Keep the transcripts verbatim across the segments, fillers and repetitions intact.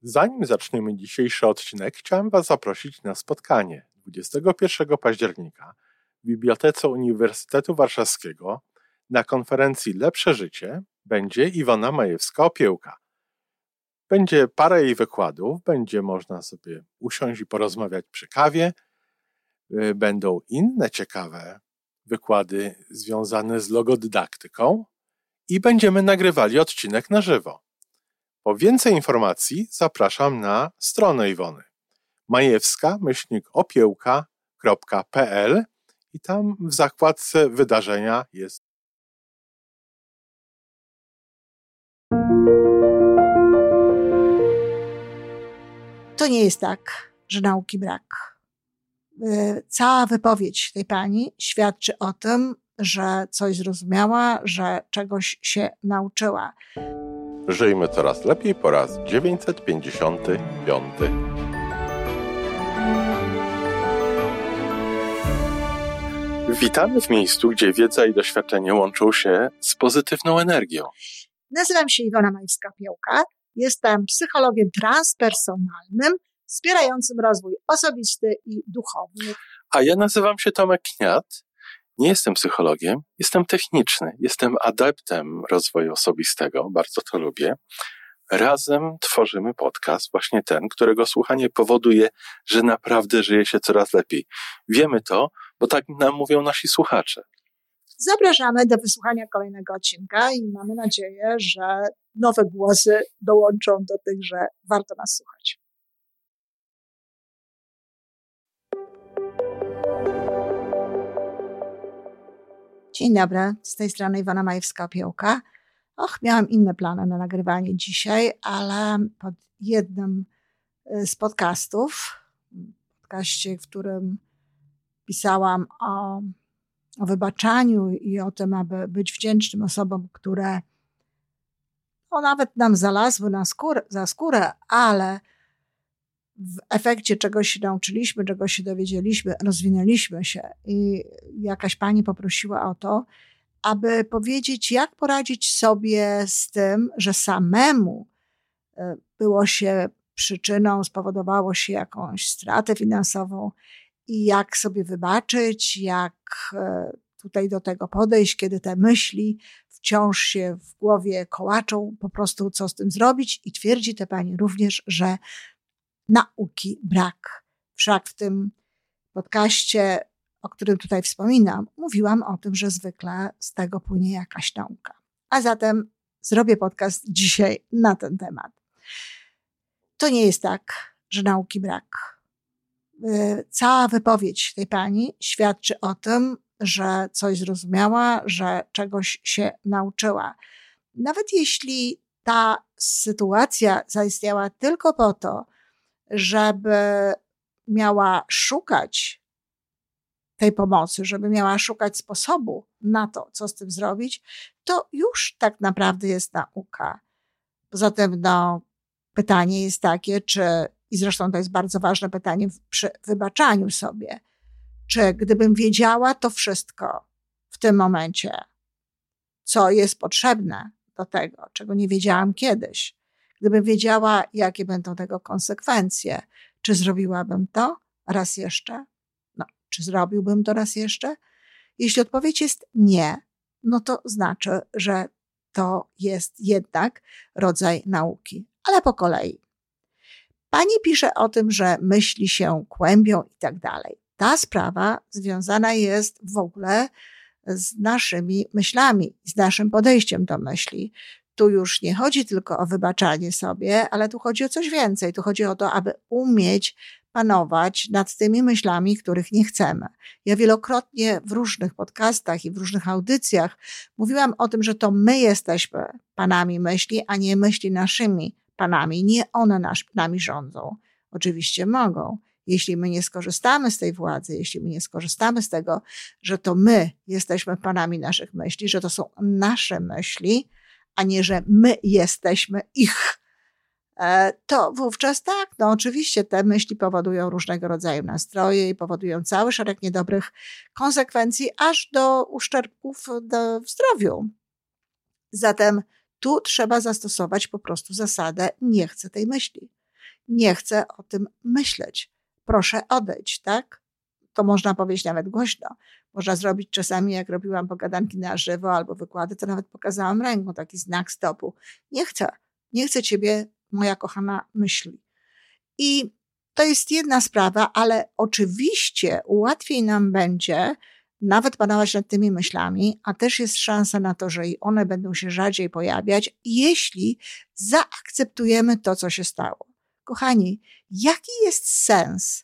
Zanim zaczniemy dzisiejszy odcinek, chciałem Was zaprosić na spotkanie dwudziestego pierwszego października w Bibliotece Uniwersytetu Warszawskiego. Na konferencji Lepsze Życie będzie Iwona Majewska-Opiełka. Będzie parę jej wykładów, będzie można sobie usiąść i porozmawiać przy kawie. Będą inne ciekawe wykłady związane z logodydaktyką i będziemy nagrywali odcinek na żywo. Po więcej informacji zapraszam na stronę Iwony majewska myślnik opiełka kropka p l i tam w zakładce wydarzenia jest. To nie jest tak, że nauki brak. Cała wypowiedź tej pani świadczy o tym, że coś zrozumiała, że czegoś się nauczyła. Żyjmy coraz lepiej po raz dziewięćset pięćdziesiąty piąty. Witamy w miejscu, gdzie wiedza i doświadczenie łączą się z pozytywną energią. Nazywam się Iwona Majewska-Opiełka. Jestem psychologiem transpersonalnym, wspierającym rozwój osobisty i duchowy. A ja nazywam się Tomek Kniat. Nie jestem psychologiem, jestem techniczny, jestem adeptem rozwoju osobistego, bardzo to lubię. Razem tworzymy podcast, właśnie ten, którego słuchanie powoduje, że naprawdę żyje się coraz lepiej. Wiemy to, bo tak nam mówią nasi słuchacze. Zapraszamy do wysłuchania kolejnego odcinka i mamy nadzieję, że nowe głosy dołączą do tych, że warto nas słuchać. Dzień dobry, z tej strony Iwona Majewska-Opiełka. Och, miałam inne plany na nagrywanie dzisiaj, ale pod jednym z podcastów, podcaście, w którym pisałam o, o wybaczaniu i o tym, aby być wdzięcznym osobom, które no, nawet nam zalazły na skórę, za skórę, ale w efekcie czegoś się nauczyliśmy, czegoś się dowiedzieliśmy, rozwinęliśmy się i jakaś pani poprosiła o to, aby powiedzieć, jak poradzić sobie z tym, że samemu było się przyczyną, spowodowało się jakąś stratę finansową i jak sobie wybaczyć, jak tutaj do tego podejść, kiedy te myśli wciąż się w głowie kołaczą, po prostu co z tym zrobić i twierdzi ta pani również, że nauki brak. Wszak w tym podcaście, o którym tutaj wspominam, mówiłam o tym, że zwykle z tego płynie jakaś nauka. A zatem zrobię podcast dzisiaj na ten temat. To nie jest tak, że nauki brak. Cała wypowiedź tej pani świadczy o tym, że coś zrozumiała, że czegoś się nauczyła. Nawet jeśli ta sytuacja zaistniała tylko po to, żeby miała szukać tej pomocy, żeby miała szukać sposobu na to, co z tym zrobić, to już tak naprawdę jest nauka. Poza tym, no, pytanie jest takie, czy, i zresztą to jest bardzo ważne pytanie przy wybaczaniu sobie, czy gdybym wiedziała to wszystko w tym momencie, co jest potrzebne do tego, czego nie wiedziałam kiedyś, gdybym wiedziała, jakie będą tego konsekwencje, czy zrobiłabym to raz jeszcze? No, czy zrobiłbym to raz jeszcze? Jeśli odpowiedź jest nie, no to znaczy, że to jest jednak rodzaj nauki. Ale po kolei. Pani pisze o tym, że myśli się kłębią i tak dalej. Ta sprawa związana jest w ogóle z naszymi myślami, z naszym podejściem do myśli. Tu już nie chodzi tylko o wybaczanie sobie, ale tu chodzi o coś więcej. Tu chodzi o to, aby umieć panować nad tymi myślami, których nie chcemy. Ja wielokrotnie w różnych podcastach i w różnych audycjach mówiłam o tym, że to my jesteśmy panami myśli, a nie myśli naszymi panami. Nie one nas, nami rządzą. Oczywiście mogą. Jeśli my nie skorzystamy z tej władzy, jeśli my nie skorzystamy z tego, że to my jesteśmy panami naszych myśli, że to są nasze myśli, a nie, że my jesteśmy ich, to wówczas tak, no oczywiście te myśli powodują różnego rodzaju nastroje i powodują cały szereg niedobrych konsekwencji, aż do uszczerbków do, w zdrowiu. Zatem tu trzeba zastosować po prostu zasadę nie chcę tej myśli. nie chcę o tym myśleć. Proszę odejść, tak? To można powiedzieć nawet głośno. Można zrobić czasami, jak robiłam pogadanki na żywo albo wykłady, to nawet pokazałam ręką taki znak stopu. Nie chcę, nie chcę ciebie, moja kochana myśli. I to jest jedna sprawa, ale oczywiście łatwiej nam będzie nawet panować nad tymi myślami, a też jest szansa na to, że i one będą się rzadziej pojawiać, jeśli zaakceptujemy to, co się stało. Kochani, jaki jest sens,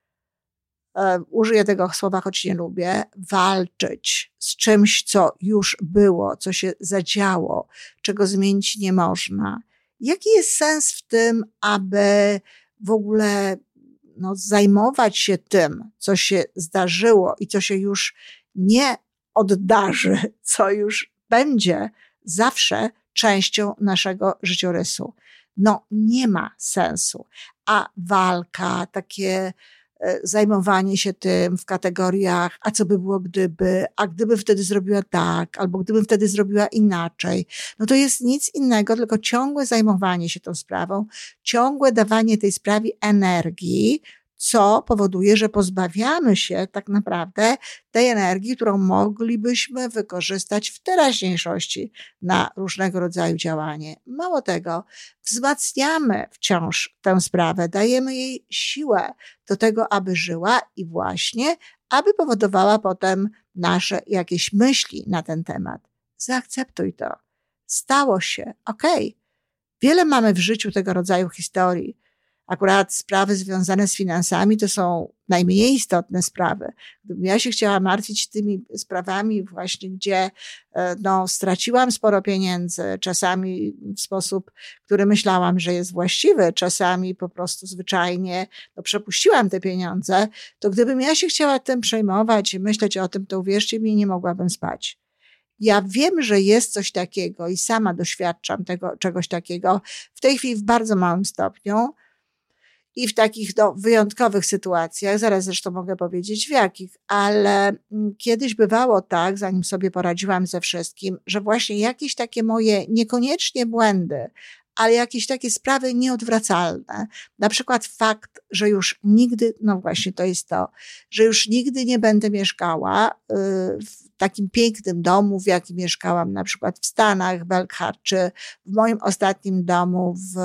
e, użyję tego słowa, choć nie lubię, walczyć z czymś, co już było, co się zadziało, czego zmienić nie można? Jaki jest sens w tym, aby w ogóle no, zajmować się tym, co się zdarzyło i co się już nie oddarzy, co już będzie zawsze częścią naszego życiorysu? No, nie ma sensu. A walka, takie zajmowanie się tym w kategoriach, a co by było gdyby, a gdyby wtedy zrobiła tak, albo gdybym wtedy zrobiła inaczej, no to jest nic innego, tylko ciągłe zajmowanie się tą sprawą, ciągłe dawanie tej sprawie energii, co powoduje, że pozbawiamy się tak naprawdę tej energii, którą moglibyśmy wykorzystać w teraźniejszości na różnego rodzaju działanie. Mało tego, wzmacniamy wciąż tę sprawę, dajemy jej siłę do tego, aby żyła i właśnie, aby powodowała potem nasze jakieś myśli na ten temat. Zaakceptuj to. Stało się. Okej. Okay. Wiele mamy w życiu tego rodzaju historii. Akurat sprawy związane z finansami to są najmniej istotne sprawy. Gdybym ja się chciała martwić tymi sprawami właśnie, gdzie no, straciłam sporo pieniędzy, czasami w sposób, który myślałam, że jest właściwy, czasami po prostu zwyczajnie no, przepuściłam te pieniądze, to gdybym ja się chciała tym przejmować i myśleć o tym, to uwierzcie mi, nie mogłabym spać. Ja wiem, że jest coś takiego i sama doświadczam tego, czegoś takiego w tej chwili w bardzo małym stopniu, i w takich no, wyjątkowych sytuacjach, zaraz zresztą mogę powiedzieć w jakich, ale kiedyś bywało tak, zanim sobie poradziłam ze wszystkim, że właśnie jakieś takie moje niekoniecznie błędy, ale jakieś takie sprawy nieodwracalne, na przykład fakt, że już nigdy, no właśnie to jest to, że już nigdy nie będę mieszkała w takim pięknym domu, w jakim mieszkałam na przykład w Stanach, w Elkhart, czy w moim ostatnim domu w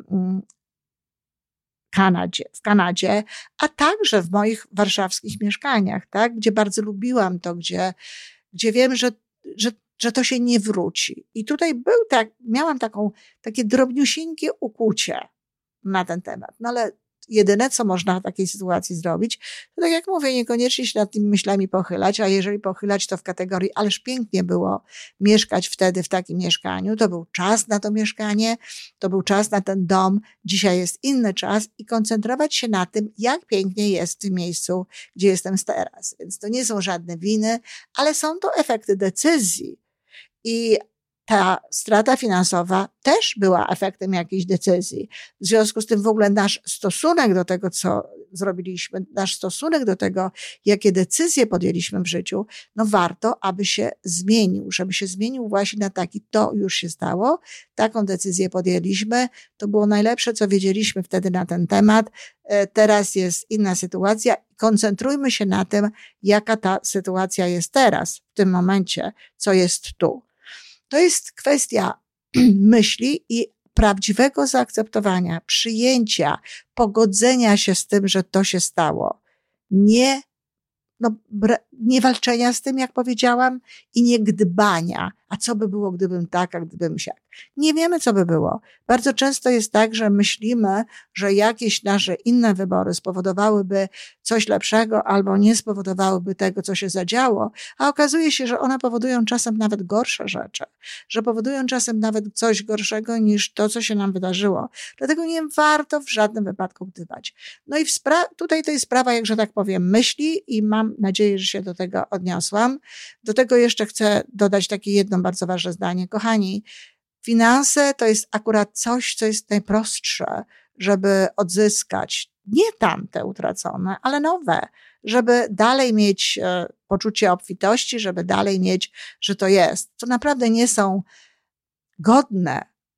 Kanadzie, w Kanadzie, a także w moich warszawskich mieszkaniach, tak, gdzie bardzo lubiłam to, gdzie, gdzie wiem, że, że, że to się nie wróci. I tutaj był tak, miałam taką, takie drobniusieńkie ukłucie na ten temat. No ale jedyne, co można w takiej sytuacji zrobić, to tak jak mówię, niekoniecznie się nad tymi myślami pochylać, a jeżeli pochylać, to w kategorii, ależ pięknie było mieszkać wtedy w takim mieszkaniu, to był czas na to mieszkanie, to był czas na ten dom, dzisiaj jest inny czas i koncentrować się na tym, jak pięknie jest w tym miejscu, gdzie jestem teraz. Więc to nie są żadne winy, ale są to efekty decyzji. I ta strata finansowa też była efektem jakiejś decyzji. W związku z tym w ogóle nasz stosunek do tego, co zrobiliśmy, nasz stosunek do tego, jakie decyzje podjęliśmy w życiu, no warto, aby się zmienił, żeby się zmienił właśnie na taki, to już się stało, taką decyzję podjęliśmy, to było najlepsze, co wiedzieliśmy wtedy na ten temat, teraz jest inna sytuacja, koncentrujmy się na tym, jaka ta sytuacja jest teraz, w tym momencie, co jest tu. To jest kwestia myśli i prawdziwego zaakceptowania, przyjęcia, pogodzenia się z tym, że to się stało. Nie, no, nie walczenia z tym, jak powiedziałam, i nie gdybania. A co by było, gdybym tak, a gdybym siak. Nie wiemy, co by było. Bardzo często jest tak, że myślimy, że jakieś nasze inne wybory spowodowałyby coś lepszego albo nie spowodowałyby tego, co się zadziało, a okazuje się, że one powodują czasem nawet gorsze rzeczy, że powodują czasem nawet coś gorszego niż to, co się nam wydarzyło. Dlatego nie warto w żadnym wypadku gdybać. No i w spra- tutaj to jest sprawa, jak że tak powiem, myśli i mam nadzieję, że się do tego odniosłam. Do tego jeszcze chcę dodać takie jedno bardzo ważne zdanie. Kochani, finanse to jest akurat coś, co jest najprostsze, żeby odzyskać nie tamte utracone, ale nowe, żeby dalej mieć poczucie obfitości, żeby dalej mieć, że to jest. To naprawdę nie są godne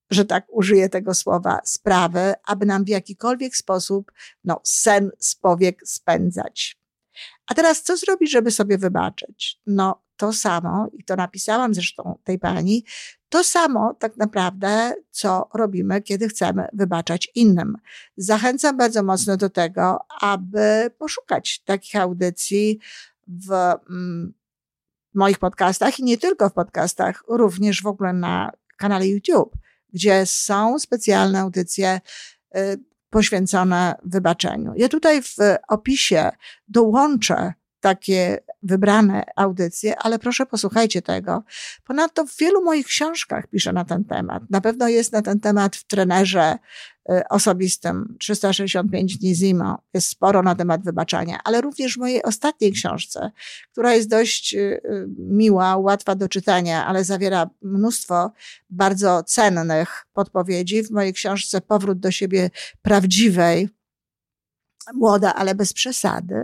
że tak użyję tego słowa, sprawy, aby nam w jakikolwiek sposób no, sen z powiek spędzać. A teraz co zrobić, żeby sobie wybaczyć? No to samo, i to napisałam zresztą tej pani, to samo tak naprawdę, co robimy, kiedy chcemy wybaczać innym. Zachęcam bardzo mocno do tego, aby poszukać takich audycji w mm, moich podcastach i nie tylko w podcastach, również w ogóle na kanale YouTube, gdzie są specjalne audycje y, poświęcone wybaczeniu. Ja tutaj w opisie dołączę takie wybrane audycje, ale proszę posłuchajcie tego. Ponadto w wielu moich książkach piszę na ten temat. Na pewno jest na ten temat w trenerze osobistym trzysta sześćdziesiąt pięć dni zimo. Jest sporo na temat wybaczania, ale również w mojej ostatniej książce, która jest dość miła, łatwa do czytania, ale zawiera mnóstwo bardzo cennych podpowiedzi. W mojej książce Powrót do siebie prawdziwej, młoda, ale bez przesady,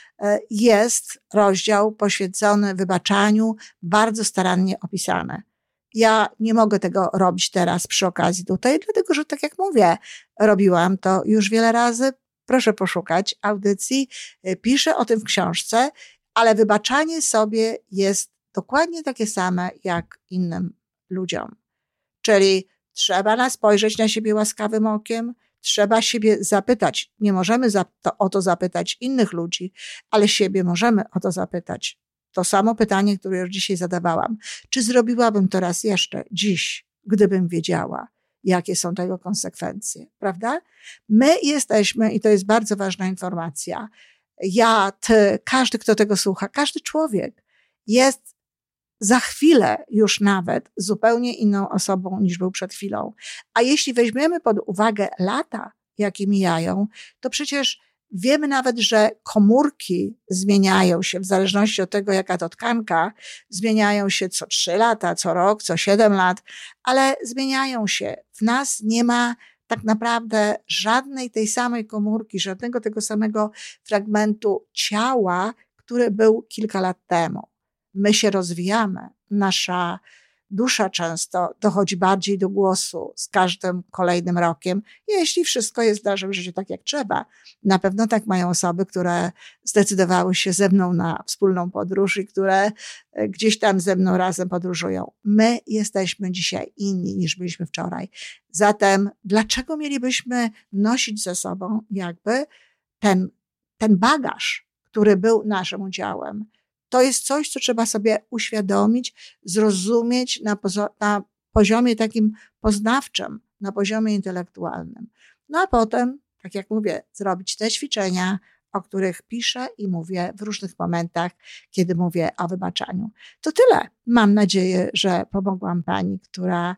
jest rozdział poświęcony wybaczaniu, bardzo starannie opisany. Ja nie mogę tego robić teraz przy okazji tutaj, dlatego że tak jak mówię, robiłam to już wiele razy. Proszę poszukać audycji, piszę o tym w książce, ale wybaczanie sobie jest dokładnie takie same jak innym ludziom. Czyli trzeba spojrzeć na siebie łaskawym okiem, trzeba siebie zapytać. Nie możemy za to, o to zapytać innych ludzi, ale siebie możemy o to zapytać. To samo pytanie, które już dzisiaj zadawałam. Czy zrobiłabym to raz jeszcze, dziś, gdybym wiedziała, jakie są tego konsekwencje, prawda? My jesteśmy, i to jest bardzo ważna informacja, ja, ty, każdy, kto tego słucha, każdy człowiek jest za chwilę już nawet zupełnie inną osobą niż był przed chwilą. A jeśli weźmiemy pod uwagę lata, jakie mijają, to przecież wiemy nawet, że komórki zmieniają się w zależności od tego, jaka to tkanka, zmieniają się co trzy lata, co rok, co siedem lat, ale zmieniają się. W nas nie ma tak naprawdę żadnej tej samej komórki, żadnego tego samego fragmentu ciała, który był kilka lat temu. My się rozwijamy, nasza dusza często dochodzi bardziej do głosu z każdym kolejnym rokiem, jeśli wszystko jest w naszym życiu tak jak trzeba. Na pewno tak mają osoby, które zdecydowały się ze mną na wspólną podróż i które gdzieś tam ze mną razem podróżują. My jesteśmy dzisiaj inni niż byliśmy wczoraj. Zatem dlaczego mielibyśmy nosić ze sobą jakby ten, ten bagaż, który był naszym udziałem? To jest coś, co trzeba sobie uświadomić, zrozumieć na, pozo- na poziomie takim poznawczym, na poziomie intelektualnym. No a potem, tak jak mówię, zrobić te ćwiczenia, o których piszę i mówię w różnych momentach, kiedy mówię o wybaczaniu. To tyle. Mam nadzieję, że pomogłam pani, która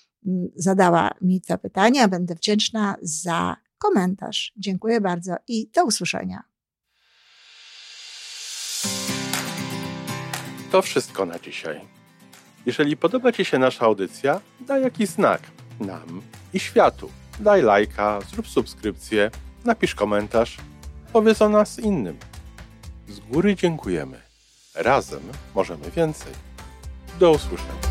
zadała mi te pytania. Będę wdzięczna za komentarz. Dziękuję bardzo i do usłyszenia. To wszystko na dzisiaj. Jeżeli podoba ci się nasza audycja, daj jakiś znak nam i światu. Daj lajka, zrób subskrypcję, napisz komentarz, powiedz o nas innym. Z góry dziękujemy. Razem możemy więcej. Do usłyszenia.